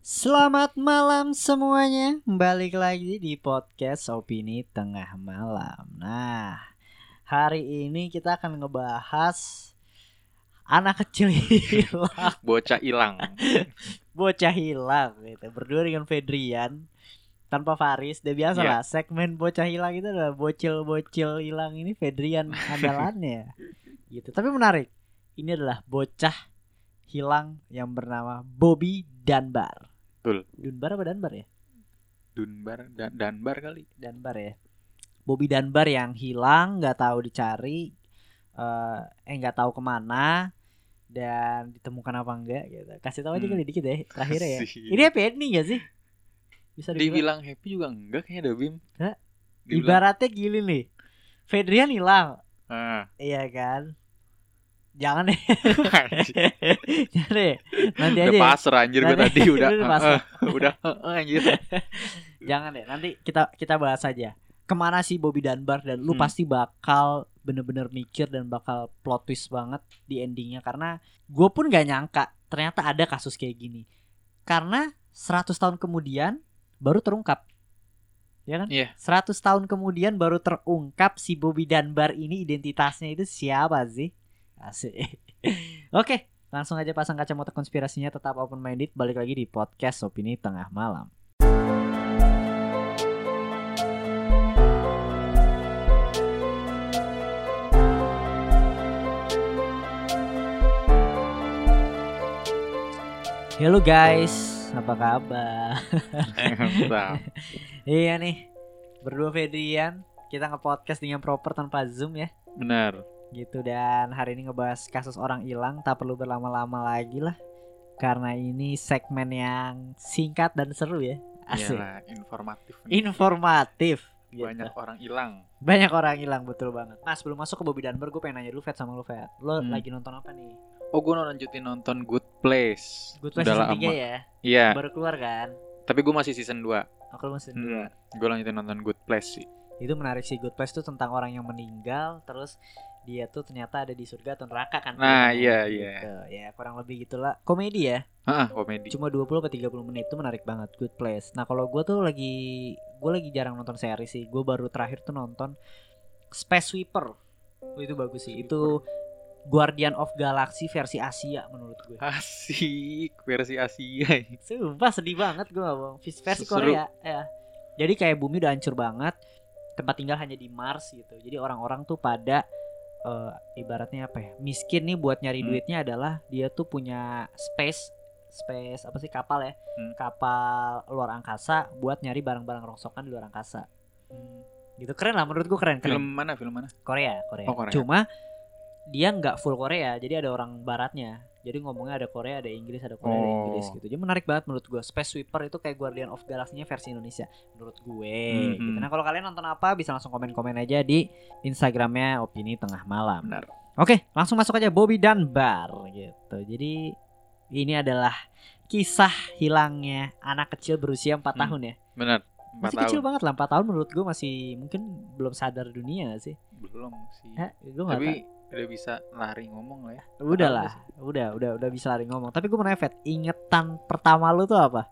Selamat malam semuanya, balik lagi di podcast Opini Tengah Malam. Nah, hari ini kita akan ngebahas anak kecil hilang, Bocah hilang. bocah hilang gitu. Berdua dengan Fedrian tanpa Faris. Udah biasa Iya. lah, segmen bocah hilang itu adalah bocil-bocil hilang ini Fedrian andalannya gitu. Tapi menarik, ini adalah bocah hilang yang bernama Bobby Dunbar. Betul. Dunbar apa Dunbar ya? Dunbar dan Danbar kali. Dunbar ya. Bobby Dunbar yang hilang, nggak tahu dicari, nggak tahu kemana dan ditemukan apa enggak gitu. Kasih tahu aja kali dikit ya terakhirnya ya. Kasih. Ini happy ending gak sih? Bisa Dibilang happy juga enggak kayaknya ada Bim. Hah? Dibilang, Ibaratnya gini nih. Fedrian hilang, ah. iya kan? Jangan deh. Anjir. Jangan deh. Nanti Udah aja. pasrah anjir gue Nanti- tadi udah. Udah pasrah. Udah anjir. Jangan deh. Nanti kita bahas aja. Kemana sih Bobby Dunbar dan lu Hmm. pasti bakal bener-bener mikir dan bakal plot twist banget di endingnya karena gue pun gak nyangka ternyata ada kasus kayak gini. Karena 100 tahun kemudian baru terungkap. Ya kan? Iya. 100 tahun kemudian baru terungkap si Bobby Dunbar ini identitasnya itu siapa sih? Asik. Oke, langsung aja pasang kacamata konspirasinya, tetap open minded. Balik lagi di podcast Opini Tengah Malam. Halo guys, apa kabar? Mantap. Iya nih, berdua Fedrian, kita nge-podcast dengan proper tanpa Zoom ya. Benar. Gitu, dan hari ini ngebahas kasus orang hilang, tak perlu berlama-lama lagi lah. Karena ini segmen yang singkat dan seru ya. Asik. Iyalah, informatif. Informatif gitu. Banyak orang hilang. Banyak orang hilang, betul banget. Nah, sebelum masuk ke Bobby Dunbar, gue pengen nanya dulu Fed sama lu Fed. Lo lagi nonton apa nih? Oh, gue lanjutin nonton Good Place. Good Place Udah season 3 lama. ya. Iya. Baru keluar kan? Tapi gue masih season 2. Aku lu season 2. Gue lanjutin nonton Good Place sih. Itu menarik sih. Good Place tuh tentang orang yang meninggal terus dia tuh ternyata ada di surga atau neraka kan. Nah, filmnya, iya. gitu. Ya kurang lebih gitulah. Komedi ya. Komedi. Cuma 20 atau 30 menit itu menarik banget. Good Place. Nah kalau gue tuh lagi jarang nonton series sih. Gue baru terakhir tuh nonton Space Sweeper. Itu bagus sih. Itu Guardian of Galaxy versi Asia menurut gue. Asik, versi Asia. Sumpah sedih banget gue gak bohong. Versi Seru. Korea ya. Jadi kayak bumi udah hancur banget. Tempat tinggal hanya di Mars gitu. Jadi orang-orang tuh pada ibaratnya apa ya, miskin nih buat nyari duitnya adalah dia tuh punya space apa sih, kapal ya, kapal luar angkasa buat nyari barang-barang rongsokan di luar angkasa. Gitu, keren lah menurut gue, keren. Film mana? Korea. Oh, Korea. Cuma dia nggak full Korea, jadi ada orang baratnya. Jadi ngomongnya ada Korea, ada Inggris, ada Korea, ada Inggris gitu. Jadi menarik banget menurut gue. Space Sweeper itu kayak Guardian of Galaxy-nya versi Indonesia menurut gue. Gitu. Nah kalau kalian nonton apa bisa langsung komen-komen aja di Instagramnya Opini Tengah Malam. Benar. Oke, langsung masuk aja Bobby Dunbar gitu. Jadi ini adalah kisah hilangnya anak kecil berusia 4 tahun ya. Benar. 4 Masih tahun. kecil banget lah, 4 tahun menurut gue masih mungkin belum sadar dunia gak sih? Belum sih. Gue gak Tapi udah bisa lari ngomong lah ya. Udah lah, udah bisa lari ngomong. Tapi gue mau nanya Fet, ingetan pertama lu tuh apa?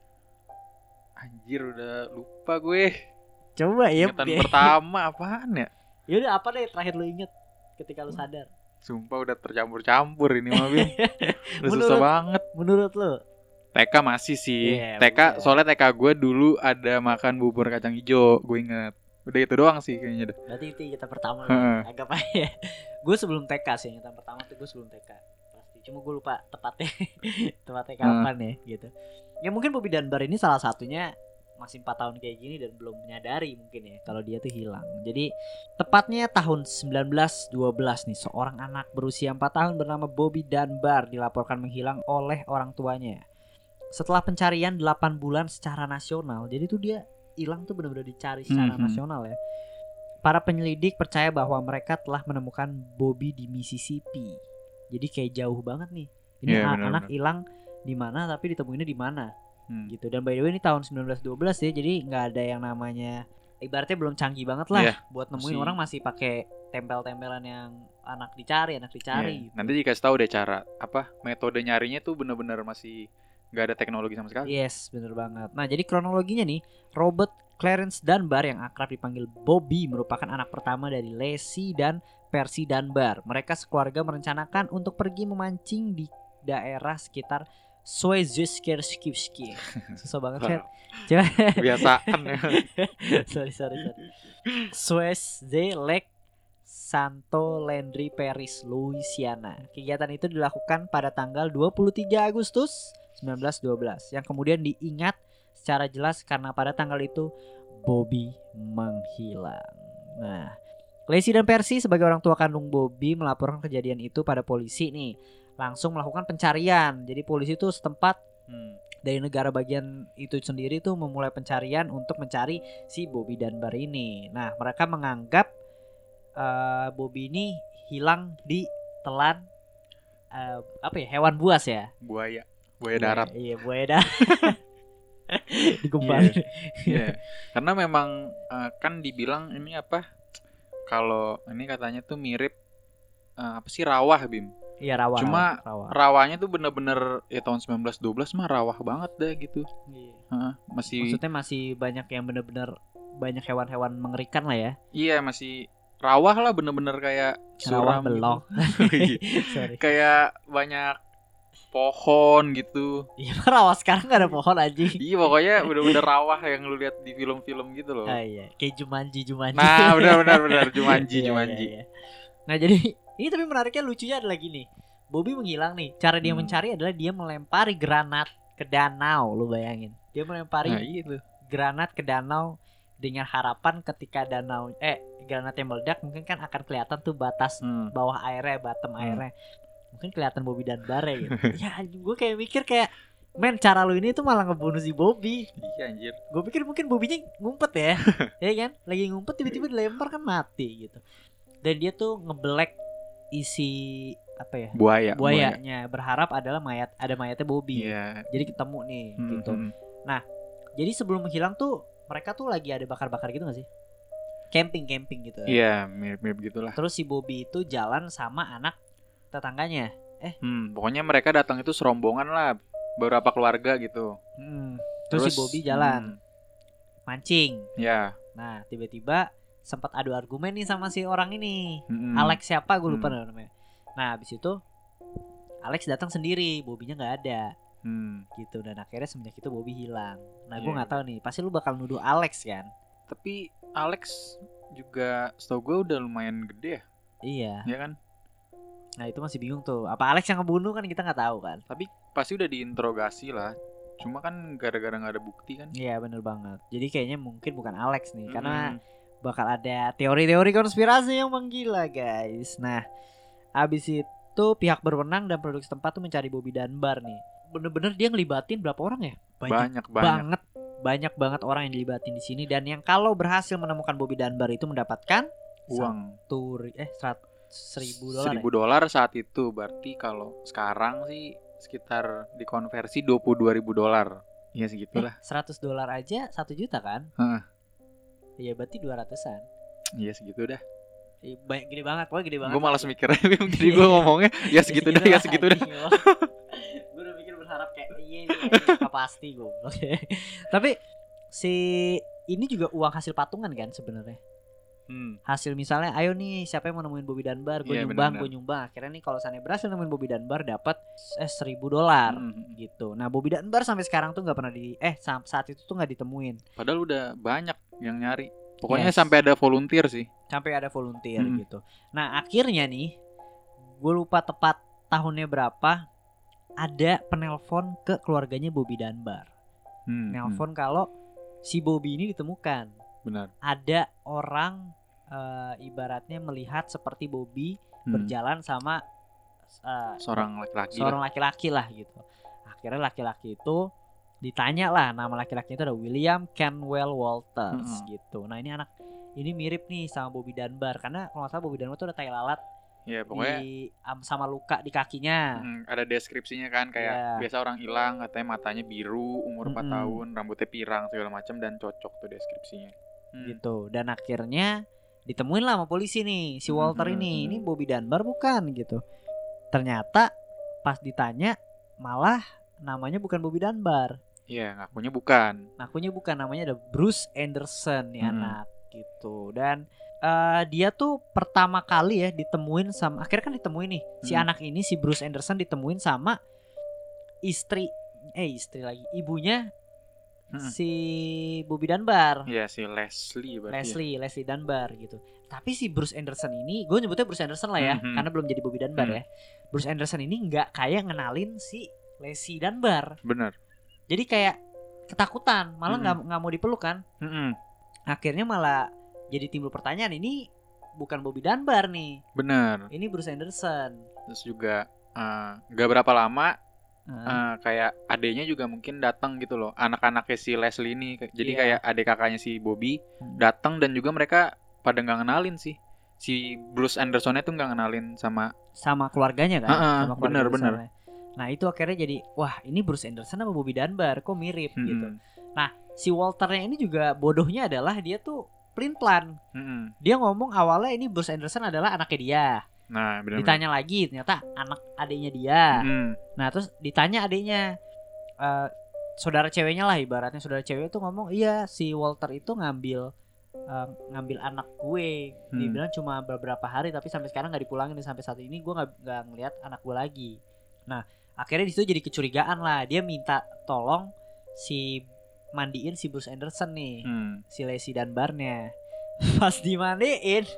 Anjir, udah lupa gue. Coba ya. Ingatan pertama apaan ya? Yaudah apa deh terakhir lu inget ketika lu sadar? Sumpah udah tercampur-campur ini mah, Bim. Udah susah banget. Menurut lu? TK masih sih. Iya, TK iya. soalnya TK gue dulu ada makan bubur kacang hijau, gue inget. Udah itu doang sih kayaknya dah. Berarti itu ingetan pertama lu. Heeh. Agak apa ya? Gue sebelum TK sih, ingetan pertama tuh gue sebelum TK. Pasti. Cuma gue lupa tepatnya kapan ya gitu. Ya mungkin Bobby Dunbar ini salah satunya masih 4 tahun kayak gini dan belum menyadari mungkin ya kalau dia tuh hilang. Jadi tepatnya tahun 1912 nih, seorang anak berusia 4 tahun bernama Bobby Dunbar dilaporkan menghilang oleh orang tuanya. Setelah pencarian 8 bulan secara nasional. Jadi tuh dia hilang tuh benar-benar dicari secara nasional ya. Para penyelidik percaya bahwa mereka telah menemukan Bobby di Mississippi. Jadi kayak jauh banget nih. Ini anak hilang di mana tapi ditemuinnya di mana. Gitu. Dan by the way ini tahun 1912 ya. Jadi nggak ada yang namanya, ibaratnya belum canggih banget lah buat nemuin orang, masih pakai tempel-tempelan yang anak dicari. Nanti dikasih tahu deh cara apa metode nyarinya tuh benar-benar masih nggak ada teknologi sama sekali. Yes, bener banget. Nah, jadi kronologinya nih, Robert Clarence Dunbar yang akrab dipanggil Bobby merupakan anak pertama dari Lacey dan Percy Dunbar. Mereka sekeluarga merencanakan untuk pergi memancing di daerah sekitar Swezeskerski. Susah banget kan? Coba. Kebiasaan ya. sorry. Sweze Lake Santo Landry Parish, Louisiana. Kegiatan itu dilakukan pada tanggal 23 Agustus 1912 yang kemudian diingat secara jelas karena pada tanggal itu Bobby menghilang. Nah, Lacey dan Percy sebagai orang tua kandung Bobby melaporkan kejadian itu pada polisi nih. Langsung melakukan pencarian. Jadi polisi itu setempat dari negara bagian itu sendiri tuh memulai pencarian untuk mencari si Bobby Dunbar ini. Nah, mereka menganggap Bobby ini hilang di telan hewan buas ya? Buaya darat. Iya, buaya darat. Digempalin. Iya. Karena memang kan dibilang ini apa? Kalau ini katanya tuh mirip rawah, Bim. Iya, rawah. Cuma rawahnya tuh bener-bener ya tahun 1912 mah rawah banget dah gitu. Iya. Maksudnya masih banyak yang bener-bener banyak hewan-hewan mengerikan lah ya. Iya, masih rawah lah, bener-bener kayak rawah belok. Gitu. Kayak banyak pohon gitu. Iya, rawah sekarang gak ada pohon aja. Iya, pokoknya bener-bener rawah yang lu lihat di film-film gitu loh. Iya, kayak Jumanji. Nah, benar Jumanji. Iya. Nah, jadi ini tapi menariknya, lucunya adalah gini. Bobby menghilang nih. Cara dia mencari adalah dia melempari granat ke danau, lu bayangin. Dia melempari granat ke danau dengan harapan ketika granatnya meledak mungkin kan akan kelihatan tuh batas bawah airnya, bottom airnya. Mungkin kelihatan Bobby Dunbar ya gitu. Ya, gue kayak mikir kayak, men, cara lu ini tuh malah ngebunuh si Bobby. Iya, anjir. Gue pikir mungkin Bobby-nya ngumpet ya. Ya kan? Lagi ngumpet tiba-tiba dilempar kan mati gitu. Dan dia tuh ngebelek isi buayanya, berharap ada mayatnya Bobby. Yeah. Jadi ketemu nih gitu. Nah, jadi sebelum menghilang tuh mereka tuh lagi ada bakar-bakar gitu gak sih? Camping gitu. Iya, mirip gitulah. Terus si Bobby itu jalan sama anak tetangganya. Pokoknya mereka datang itu serombongan lah, beberapa keluarga gitu. Terus si Bobby jalan mancing. Ya. Nah, tiba-tiba sempat adu argumen nih sama si orang ini. Alex siapa, gue lupa namanya. Nah, habis itu Alex datang sendiri, Bobby-nya nggak ada. Gitu, dan akhirnya semenjak itu Bobby hilang. Nah, gue nggak tahu nih, pasti lu bakal nuduh Alex kan? Tapi Alex juga setahu gue udah lumayan gede ya. Iya. Iya kan? Nah, itu masih bingung tuh. Apa Alex yang ngebunuh kan kita nggak tahu kan? Tapi pasti udah diinterogasi lah. Cuma kan gara-gara nggak ada bukti kan? Iya, bener banget. Jadi kayaknya mungkin bukan Alex nih, karena bakal ada teori-teori konspirasi yang menggila, guys. Nah, abis itu pihak berwenang dan penduduk setempat tuh mencari Bobby Dunbar nih. Bener-bener dia ngelibatin berapa orang ya? Banyak banget orang yang dilibatin di sini, dan yang kalau berhasil menemukan Bobby Dunbar itu mendapatkan uang $1,000 $1,000 saat itu. Berarti kalau sekarang sih sekitar dikonversi $22,000. Ya segitulah. $100 aja 1 juta kan? Iya, berarti 200-an. Iya, segitu dah. Gede banget, pokoknya gede banget. Gue malas mikirnya, jadi gue ngomongnya ya segitu dah. Gue udah mikir berharap kayak apa pasti gue. Tapi si ini juga uang hasil patungan kan sebenarnya. Hasil misalnya, ayo nih siapa yang mau nemuin Bobby Dunbar, gue nyumbang. Akhirnya nih kalau sana berhasil nemuin Bobby Dunbar dapat $1,000 gitu. Nah, Bobby Dunbar sampai sekarang tuh nggak pernah saat itu tuh nggak ditemuin. Padahal udah banyak yang nyari. Pokoknya sampai ada volunteer sih. Sampai ada volunteer gitu. Nah, akhirnya nih, gue lupa tepat tahunnya berapa, ada penelpon ke keluarganya Bobby Dunbar. Nelpon kalau si Bobby ini ditemukan. Benar. Ada orang ibaratnya melihat seperti Bobby berjalan sama seorang laki-laki lah gitu. Akhirnya laki-laki itu ditanya lah, nama laki-laki itu ada William Kenwell Walters gitu. Nah, ini mirip nih sama Bobby Dunbar, karena kalau nggak salah Bobby Dunbar tuh ada tai lalat. Ya, pokoknya sama luka di kakinya. Ada deskripsinya kan, kayak biasa orang hilang katanya matanya biru, umur 4 tahun, rambutnya pirang segala macam, dan cocok tuh deskripsinya. Gitu. Dan akhirnya ditemuin lah sama polisi nih si Walter ini Bobby Dunbar bukan gitu. Ternyata pas ditanya malah namanya bukan Bobby Dunbar. Iya, ngakunya bukan. Ngakunya bukan, namanya ada Bruce Anderson nih anak gitu. Dan dia tuh pertama kali ya ditemuin sama, akhirnya kan ditemuin nih si anak ini, si Bruce Anderson ditemuin sama istri lagi, ibunya si Bobby Dunbar. Iya, si Leslie berarti. Leslie Dunbar gitu. Tapi si Bruce Anderson ini, gue nyebutnya Bruce Anderson lah ya, karena belum jadi Bobby Dunbar ya. Bruce Anderson ini nggak kayak ngenalin si Leslie Dunbar. Bener. Jadi kayak ketakutan, malah nggak mau dipeluk kan. Akhirnya malah jadi timbul pertanyaan, ini bukan Bobby Dunbar nih. Bener. Ini Bruce Anderson. Terus juga nggak berapa lama kayak adeknya juga mungkin datang gitu loh, anak-anaknya si Leslie ini. Jadi kayak adik kakaknya si Bobby datang, dan juga mereka pada nggak ngenalin sih. Si Bruce Andersonnya tuh nggak ngenalin sama keluarganya kan. Sama keluarga bener. Nah itu akhirnya jadi, wah ini Bruce Anderson sama Bobby Dunbar kok mirip gitu. Nah si Walternya ini juga bodohnya adalah dia tuh pelin-pelan. Dia ngomong awalnya ini Bruce Anderson adalah anaknya dia. Nah, bener-bener. Ditanya lagi ternyata anak adiknya dia. Nah terus ditanya adiknya, saudara ceweknya lah, ibaratnya saudara cewek tuh ngomong, iya si Walter itu ngambil anak gue. Dia bilang cuma beberapa hari, tapi sampai sekarang nggak dipulangin, dan sampai saat ini gue nggak ngeliat anak gue lagi. Nah akhirnya disitu jadi kecurigaan lah. Dia minta tolong mandiin si Bruce Anderson nih, si Leslie Dunbarnya. Pas dimandiin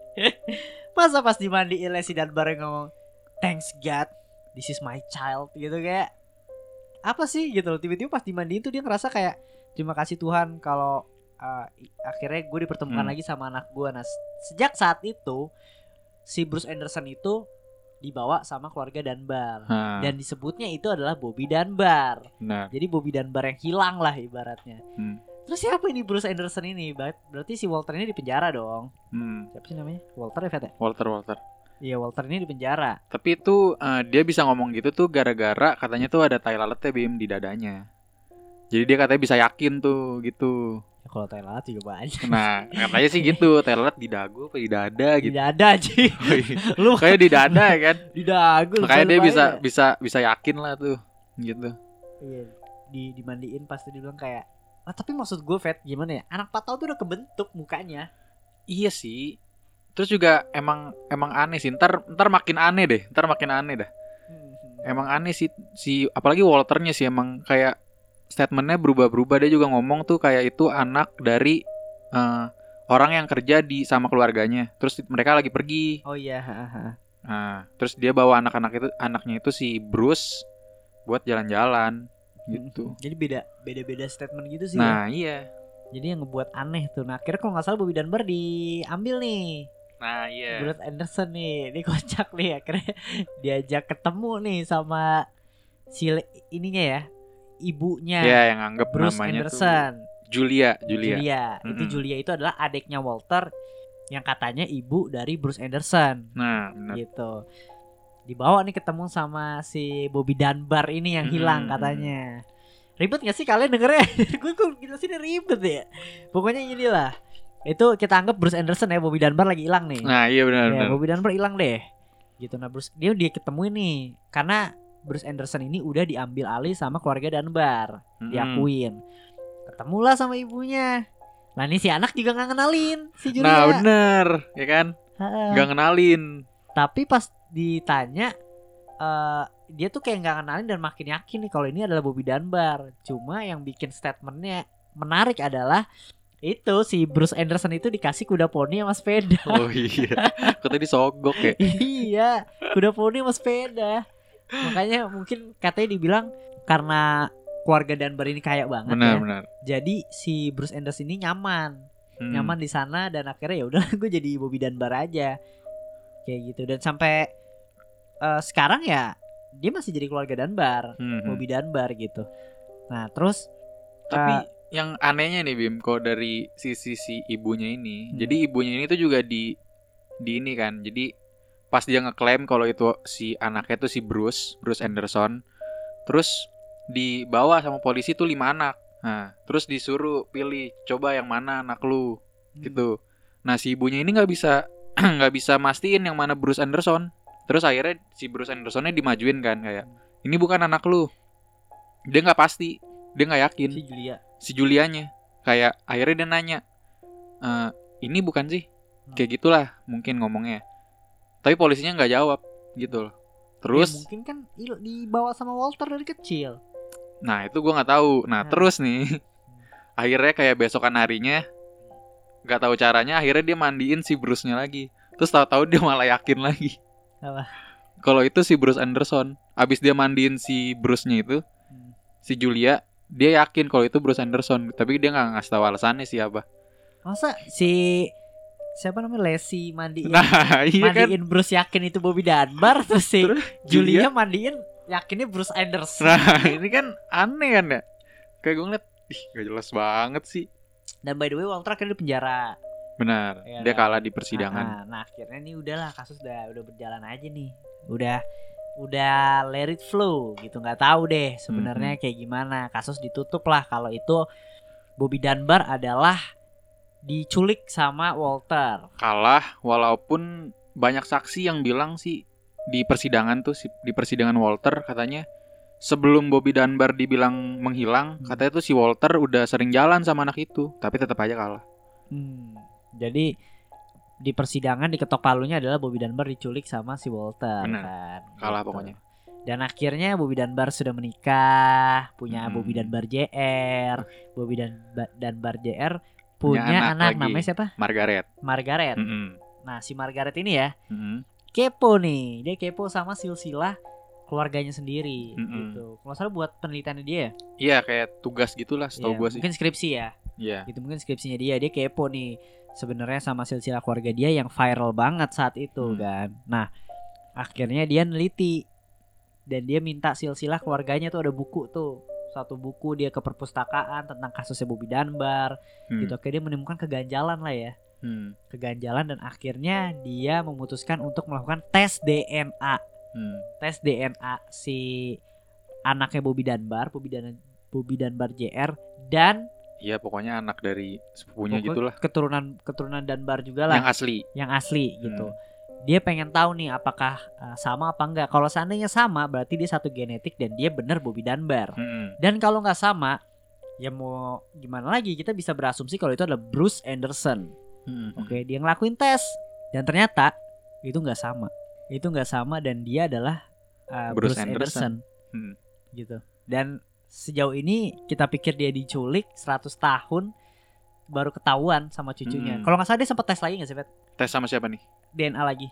masa pas dimandiin Leslie Dunbar ngomong thanks God this is my child gitu, kayak apa sih gitu loh. Tiba-tiba pas dimandiin tuh dia ngerasa kayak terima kasih Tuhan kalau akhirnya gue dipertemukan lagi sama anak gue. Nah sejak saat itu si Bruce Anderson itu dibawa sama keluarga Dunbar, dan disebutnya itu adalah Bobby Dunbar. Jadi Bobby Dunbar yang hilang lah ibaratnya. Terus siapa ini Bruce Anderson ini? Berarti si Walter ini di penjara dong. Siapa sih namanya? Walter ya, Fet? Walter. Iya, Walter ini di penjara. Tapi itu dia bisa ngomong gitu tuh gara-gara katanya tuh ada tai lalatnya Bim di dadanya. Jadi dia katanya bisa yakin tuh gitu. Ya, kalau tai lalat juga banyak. Nah katanya sih gitu, tai lalat di dagu apa di dada gitu. Di dada aja. Lu kayak di dada kan? Di dagu. Makanya dia bisa yakin lah tuh gitu. Iya, dimandiin pasti dibilang kayak, tapi maksud gue Fet, gimana ya? Anak 4 tahun tuh udah kebentuk mukanya. Iya sih. Terus juga emang aneh sih. Ntar makin aneh deh. Dah. Emang aneh sih si apalagi Walternya sih, emang kayak statementnya berubah-berubah. Dia juga ngomong tuh kayak itu anak dari orang yang kerja sama keluarganya. Terus mereka lagi pergi. Oh iya. Nah, terus dia bawa anaknya itu si Bruce buat jalan-jalan gitu. Jadi beda statement gitu sih. Nah ya? Iya. Jadi yang ngebuat aneh tuh. Nah akhirnya kalau nggak salah Bobby Dunbar diambil nih. Nah iya. Bruce Anderson nih, ini kocak nih. Akhirnya diajak ketemu nih sama si ininya ya, ibunya. Ya yang anggap Bruce namanya Anderson. Tuh Julia. Itu Julia itu adalah adiknya Walter yang katanya ibu dari Bruce Anderson. Nah benar. Gitu. Dibawa nih ketemu sama si Bobby Dunbar ini yang hilang katanya. Ribet gak sih kalian dengernya? Gue sini ribet ya. Pokoknya inilah. Itu kita anggap Bruce Anderson ya, Bobby Dunbar lagi hilang nih. Nah iya benar. Bobby Dunbar hilang deh. Gitu. Nah dia ketemu nih karena Bruce Anderson ini udah diambil alih sama keluarga Dunbar. Diakuin. Ketemulah sama ibunya. Nah ini si anak juga gak kenalin si Julia. Nah bener ya kan, gak kenalin. Tapi pas ditanya dia tuh kayak gak kenalin dan makin yakin nih kalau ini adalah Bobby Dunbar. Cuma yang bikin statementnya menarik adalah itu si Bruce Anderson itu dikasih kuda poni sama sepeda. Oh iya, katanya disogok ya. Iya, kuda poni sama sepeda. Makanya mungkin katanya dibilang karena keluarga Dunbar ini kaya banget. Benar. Jadi si Bruce Anderson ini nyaman di sana, dan akhirnya ya udah gue jadi Bobby Dunbar aja kayak gitu. Dan sampai sekarang ya dia masih jadi keluarga Dunbar, Bobby Dunbar gitu. Nah terus tapi yang anehnya nih Bim, kok dari sisi ibunya ini, jadi ibunya ini tuh juga di ini kan, jadi pas dia ngeklaim kalau itu si anaknya tuh si Bruce Anderson, terus dibawa sama polisi tuh 5 anak. Nah terus disuruh pilih, coba yang mana anak lu gitu. Nah si ibunya ini nggak bisa mastiin yang mana Bruce Anderson. Terus akhirnya si Bruce Andersonnya dimajuin kan, kayak ini bukan anak lu Dia nggak pasti, dia nggak yakin. Si Julia. Si Julianya kayak akhirnya dia nanya, ini bukan sih? Kayak gitulah mungkin ngomongnya. Tapi polisinya nggak jawab gitu loh. Terus Ya, mungkin kan dibawa sama Walter dari kecil. nah itu gue nggak tahu. Nah terus nih akhirnya kayak besokan harinya nggak tahu caranya akhirnya dia mandiin si Bruce-nya lagi. Terus tahu-tahu dia malah yakin lagi Apa? kalau itu si Bruce Anderson. Abis dia mandiin si Bruce-nya itu, si Julia, dia yakin kalau itu Bruce Anderson. Tapi dia nggak ngasih tahu alasannya siapa. Masa siapa namanya Lacey mandiin Iya kan. mandiin Bruce yakin itu Bobby Dunbar, terus si Terus Julia mandiin yakinnya Bruce Anderson. Nah ini kan aneh kan ya. Kayak gue ngeliat, gak jelas banget sih. Dan by the way Walter akhirnya di penjara. Benar, Ya, dia kan? kalah di persidangan. Nah akhirnya nih udahlah, kasus udah berjalan aja nih. Udah let it flow gitu, nggak tahu deh sebenarnya kayak gimana. Kasus ditutup lah kalau itu Bobby Dunbar adalah diculik sama Walter. Kalah walaupun banyak saksi yang bilang sih di persidangan tuh, di persidangan Walter katanya sebelum Bobby Dunbar dibilang menghilang, katanya tuh si Walter udah sering jalan sama anak itu, tapi tetap aja kalah. Jadi di persidangan diketok palunya adalah Bobby Dunbar diculik sama si Walter. Bener. Kan, kalah gitu. pokoknya. Dan akhirnya Bobby Dunbar sudah menikah, punya Bobby Dunbar JR. Bobby Dunbar JR punya anak namanya siapa? Margaret. Nah si Margaret ini ya kepo nih, dia kepo sama silsilah keluarganya sendiri gitu. Kalau salah buat penelitiannya dia ya? Iya kayak tugas gitulah setahu gue sih. Mungkin skripsi ya. Iya. Itu mungkin skripsinya dia kepo nih sebenarnya sama silsilah keluarga dia yang viral banget saat itu kan. Nah akhirnya dia neliti dan dia minta silsilah keluarganya tuh ada buku tuh, satu buku dia ke perpustakaan tentang kasusnya Bobby Dunbar gitu. Akhirnya dia menemukan keganjalan lah ya. Keganjalan dan akhirnya dia memutuskan untuk melakukan tes DNA. Tes DNA si anaknya Bobby Dunbar JR dan iya pokoknya anak dari sepupunya gitulah. Keturunan Dunbar juga lah. Yang asli gitu. Dia pengen tahu nih apakah sama apa enggak. Kalau seandainya sama berarti dia satu genetik dan dia benar Bobby Dunbar. Dan kalau nggak sama ya mau gimana lagi, kita bisa berasumsi kalau itu adalah Bruce Anderson. Oke, dia ngelakuin tes dan ternyata itu nggak sama. Itu nggak sama dan dia adalah Bruce Anderson. Gitu. Dan sejauh ini kita pikir dia diculik 100 tahun baru ketahuan sama cucunya. Kalau nggak salah dia sempat tes lagi nggak sih, Fet? Tes sama siapa nih? DNA lagi.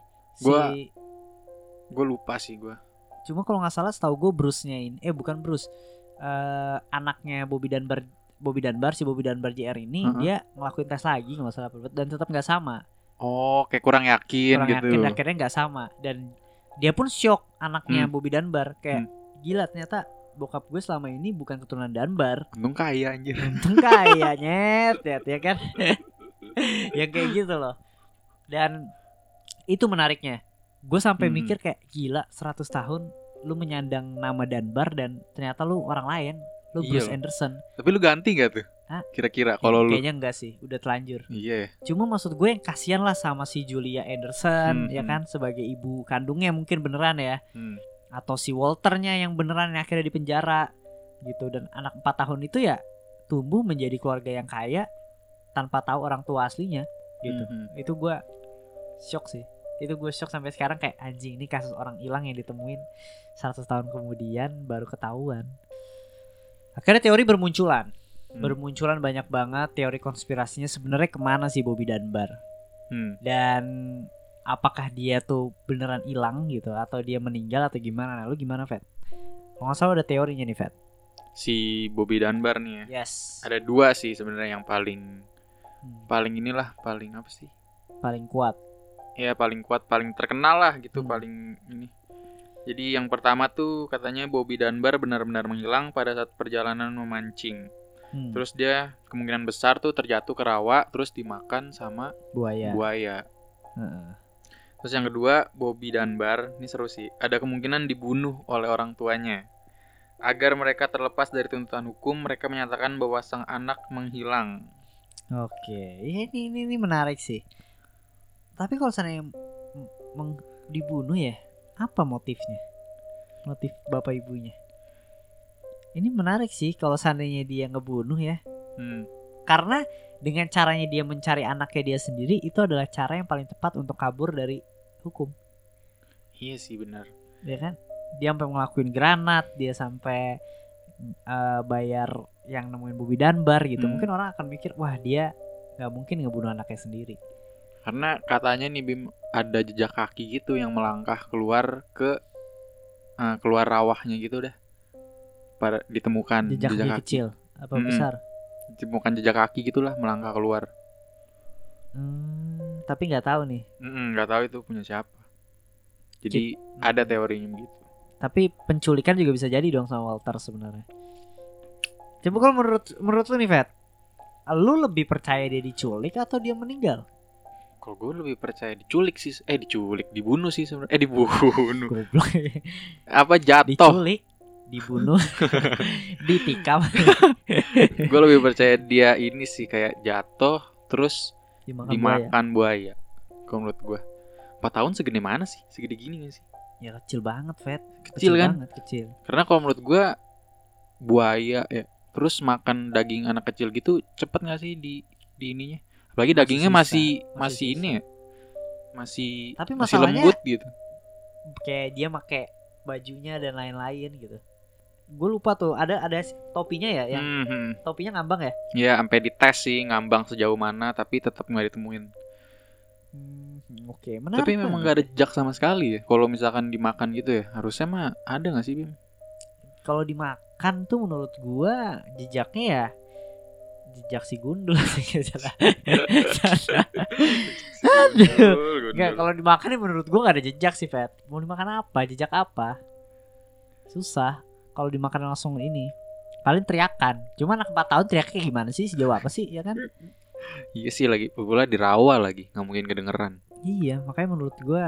Gue lupa sih gue. Cuma kalau nggak salah setahu gue Bruce-nya ini, bukan Bruce, anaknya Bobby Dunbar si Bobby Dunbar JR ini dia ngelakuin tes lagi nggak salah dan tetap nggak sama. Oh, kayak kurang yakin gitu. Akhirnya nggak sama dan dia pun shock anaknya Bobby Dunbar kayak gila ternyata bokap gue selama ini bukan keturunan Dunbar. Untung kaya anjir. Untung kaya nyet ya kan. Yang kayak gitu loh. Dan itu menariknya. Gue sampai mikir kayak gila 100 tahun lu menyandang nama Dunbar dan ternyata lu orang lain. Lu Bruce Anderson. Tapi lu ganti gak tuh? Hah? Kira-kira kalau lu? Kayaknya enggak sih, udah telanjur. Iya ya. Cuma maksud gue yang kasihan lah sama si Julia Anderson ya kan, sebagai ibu kandungnya mungkin beneran ya. Atau si Walternya yang beneran yang akhirnya di penjara gitu. Dan anak 4 tahun itu ya tumbuh menjadi keluarga yang kaya tanpa tahu orang tua aslinya gitu. Itu gue shock sih. Itu gue shock sampai sekarang kayak anjing, ini kasus orang hilang yang ditemuin 100 tahun kemudian baru ketahuan. Akhirnya teori bermunculan. Bermunculan banyak banget teori konspirasinya sebenarnya kemana sih Bobby Dunbar. Dan apakah dia tuh beneran hilang gitu atau dia meninggal atau gimana? Nah, lu gimana, Fet? Kalau nggak salah ada teorinya nih, Fet. Si Bobby Dunbar nih ya. Yes. Ada 2 sih sebenarnya yang paling inilah, paling apa sih? Paling kuat. Ya paling kuat, paling terkenal lah gitu, paling ini. Jadi yang pertama tuh katanya Bobby Dunbar benar-benar menghilang pada saat perjalanan memancing. Terus dia kemungkinan besar tuh terjatuh ke rawa terus dimakan sama buaya. Terus yang kedua, Bobby Dunbar, ini seru sih, ada kemungkinan dibunuh oleh orang tuanya. Agar mereka terlepas dari tuntutan hukum, mereka menyatakan bahwa sang anak menghilang. Oke, ini menarik sih. Tapi kalau seandainya dibunuh ya, apa motifnya? Motif bapak ibunya? Ini menarik sih kalau seandainya dia ngebunuh ya. Hmm. Karena dengan caranya dia mencari anaknya dia sendiri, itu adalah cara yang paling tepat untuk kabur dari hukum. Iya sih benar. Ya kan? Dia sampai ngelakuin granat, dia sampai bayar yang nemuin Bobby Dunbar gitu. Mungkin orang akan mikir, wah dia nggak mungkin ngebunuh anaknya sendiri. Karena katanya nih Bim, ada jejak kaki gitu yang melangkah keluar ke keluar rawahnya gitu dah. Pada ditemukan jejak kaki kecil apa besar? Ditemukan jejak kaki gitulah melangkah keluar. Tapi nggak tahu nih. Nggak tahu itu punya siapa. Jadi ada teorinya begitu. Tapi penculikan juga bisa jadi dong sama Walter sebenarnya. Coba kalau menurut lu nih Fet, lu lebih percaya dia diculik atau dia meninggal? Kalau gue lebih percaya diculik sih. Dibunuh sih sebenarnya. Dibunuh. Goblok. Apa jatuh? Diculik, dibunuh, ditikam. Gue lebih percaya dia ini sih kayak jatuh terus dimakan buaya. Kalau menurut gue 4 tahun segede mana sih? Segede gini gak sih? Ya kecil banget, Fet. Kecil kan? Banget, kecil. Karena kalau menurut gue buaya ya terus makan daging anak kecil gitu cepet gak sih di ininya? Apalagi dagingnya masih ini ya. Masih lembut gitu. Kayak dia pakai bajunya dan lain-lain gitu. Gue lupa tuh ada topinya ya yang topinya ngambang ya? Ya sampai dites sih ngambang sejauh mana tapi tetap nggak ditemuin. Oke, menarik. Tapi memang nggak ada jejak sama sekali ya. Kalau misalkan dimakan gitu ya harusnya mah ada nggak sih Bim? Kalau dimakan tuh menurut gue jejaknya ya jejak si gundul sih. Aduh. Nggak, kalau dimakan ya menurut gue nggak ada jejak sih Fet. Mau dimakan apa? Jejak apa? Susah. Kalau dimakan langsung ini paling teriakan. Cuma anak 4 tahun teriaknya gimana sih? Sejauh apa sih? Ya kan? Iya sih lagi pula di rawa lagi, nggak mungkin kedengeran. Iya, makanya menurut gue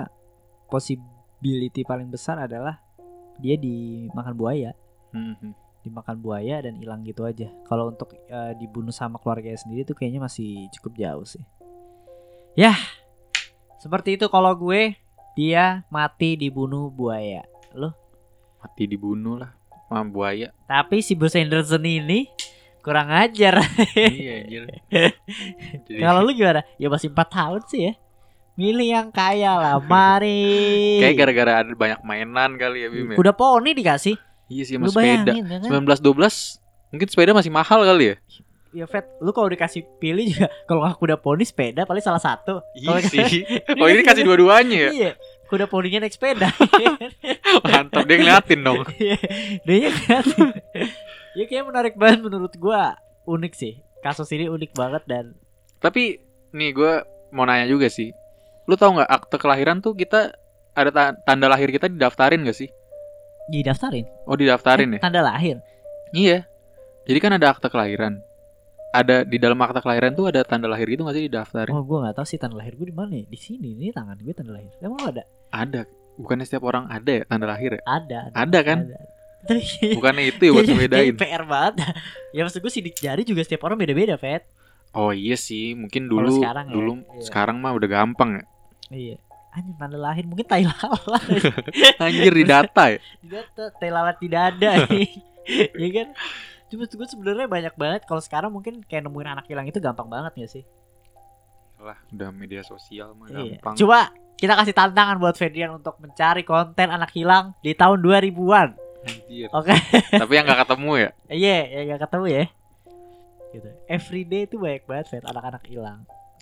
possibility paling besar adalah dia dimakan buaya. Dimakan buaya dan hilang gitu aja. Kalau untuk dibunuh sama keluarganya sendiri tuh kayaknya masih cukup jauh sih. Yah, seperti itu kalau gue. Dia mati dibunuh buaya. Lo? Mati dibunuh lah sama buaya. Tapi si Bruce Anderson ini kurang ajar. Iya anjir. Kalau lu gimana? Ya masih 4 tahun sih ya. Milih yang kaya lah, mari. Kayak gara-gara ada banyak mainan kali ya Bim ya. Kuda poni dikasih. Iya sih sama sepeda ya kan? 19-12 mungkin sepeda masih mahal kali ya. Ya Fet, lu kalau dikasih pilih juga kalau nggak kuda poni sepeda paling salah satu. Iya sih. Oh ini kasih dua-duanya ya. Iya. Kuda poninya naik sepeda. Mantap, dia ngeliatin dong. Dia ngeliatin. Ya kayak menarik banget menurut gua. Unik sih. Kasus ini unik banget dan. Tapi nih gua mau nanya juga sih. Lu tahu nggak akte kelahiran tuh kita ada tanda lahir kita didaftarin nggak sih? Didaftarin? Oh didaftarin ya? Tanda lahir? Iya. Jadi kan ada akte kelahiran. Ada di dalam akte kelahiran tuh ada tanda lahir gitu nggak sih didaftarin? Oh gue nggak tahu sih tanda lahir gue di mana ya. Di sini nih tangan gue tanda lahir. Emang lo ada? Ada. Bukannya setiap orang ada ya tanda lahir ya? Ada kan? Ada. Bukannya itu ya buat ngebedain. PR banget. Ya maksud gue sidik jari juga setiap orang beda-beda, Fet. Oh iya sih, mungkin dulu sekarang sekarang mah udah gampang ya. Iya. Anjir tanda lahir mungkin tai lalat. Anjir di data ya. Di data tai lalat tidak ada. Iya kan? Cuma gue sebenarnya banyak banget. Kalau sekarang mungkin kayak nemuin anak hilang itu gampang banget gak sih? Lah, udah media sosial mah gampang. Coba kita kasih tantangan buat Ferdian untuk mencari konten anak hilang di tahun 2000-an. Anjir. Oke. Tapi yang gak ketemu ya? Iya, yang gak ketemu ya. Gitu. Everyday itu banyak banget Fet, anak-anak hilang.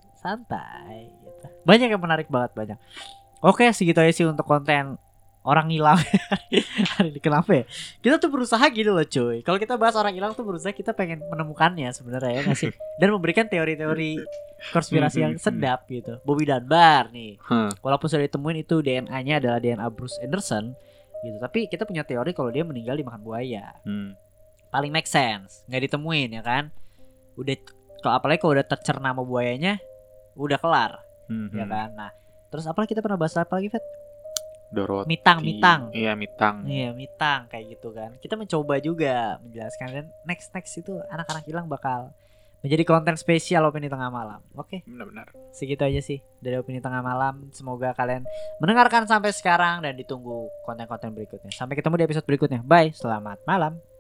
Santai gitu. Banyak yang menarik banget, banyak. Oke, segitu aja sih untuk konten orang hilang. Hari ini kenapa ya? Kita tuh berusaha gitu loh cuy. Kalau kita bahas orang hilang tuh berusaha kita pengen menemukannya sebenarnya ya gak sih? Dan memberikan teori-teori konspirasi yang sedap gitu. Bobby Dunbar nih. Walaupun sudah ditemuin itu DNA-nya adalah DNA Bruce Anderson gitu. Tapi kita punya teori kalau dia meninggal dimakan buaya. Paling make sense. Gak ditemuin ya kan? Udah, apalagi kalau udah tercerna sama buayanya, udah kelar. Ya kan? Nah, terus apalagi kita pernah bahas apa lagi, Fet? Dorothy. Mitang. Iya, mitang kayak gitu kan. Kita mencoba juga menjelaskan dan next itu anak-anak hilang bakal menjadi konten spesial Opini Tengah Malam. Oke. Benar-benar. Segitu aja sih dari Opini Tengah Malam. Semoga kalian mendengarkan sampai sekarang dan ditunggu konten-konten berikutnya. Sampai ketemu di episode berikutnya. Bye. Selamat malam.